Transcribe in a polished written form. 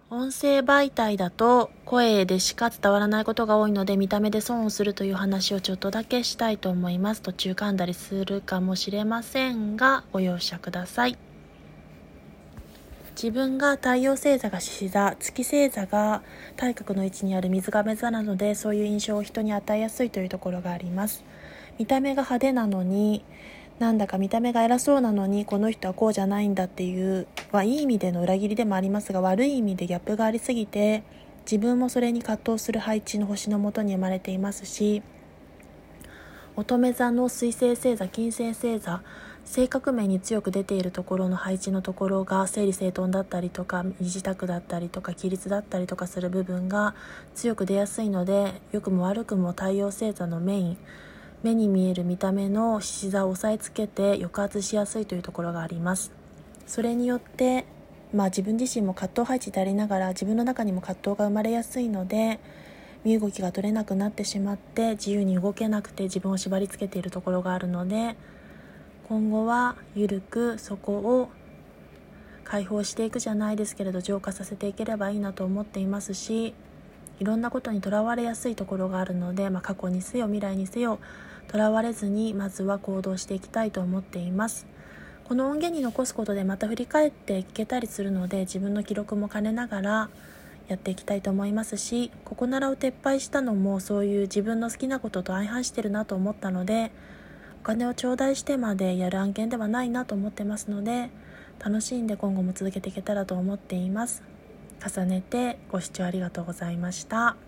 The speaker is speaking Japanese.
音声媒体だと声でしか伝わらないことが多いので、見た目で損をするという話をちょっとだけしたいと思います。途中噛んだりするかもしれませんが、ご容赦ください。自分が太陽星座が獅子座、月星座が対角の位置にある水亀座なので、そういう印象を人に与えやすいというところがあります。見た目が派手なのに、なんだか見た目が偉そうなのに、この人はこうじゃないんだっていう、いい意味での裏切りでもありますが、悪い意味でギャップがありすぎて、自分もそれに葛藤する配置の星のもとに生まれていますし、乙女座の水星星座、金星星座、性格面に強く出ているところの配置のところが整理整頓だったりとか、身支度だったりとか、規律だったりとかする部分が強く出やすいので、良くも悪くも太陽星座のメイン、目に見える見た目の獅子座を押さえつけて抑圧しやすいというところがあります。それによって、自分自身も葛藤配置でありながら、自分の中にも葛藤が生まれやすいので、身動きが取れなくなってしまって自由に動けなくて自分を縛り付けているところがあるので、今後はゆるくそこを解放していくじゃないですけれど、浄化させていければいいなと思っていますし、いろんなことにとらわれやすいところがあるので、過去にせよ未来にせよとらわれずに、まずは行動していきたいと思っています。この音源に残すことでまた振り返っていけたりするので、自分の記録も兼ねながらやっていきたいと思いますし、ここならを撤廃したのもそういう自分の好きなことと相反してるなと思ったので、お金を頂戴してまでやる案件ではないなと思ってますので、楽しんで今後も続けていけたらと思っています。重ねてご視聴ありがとうございました。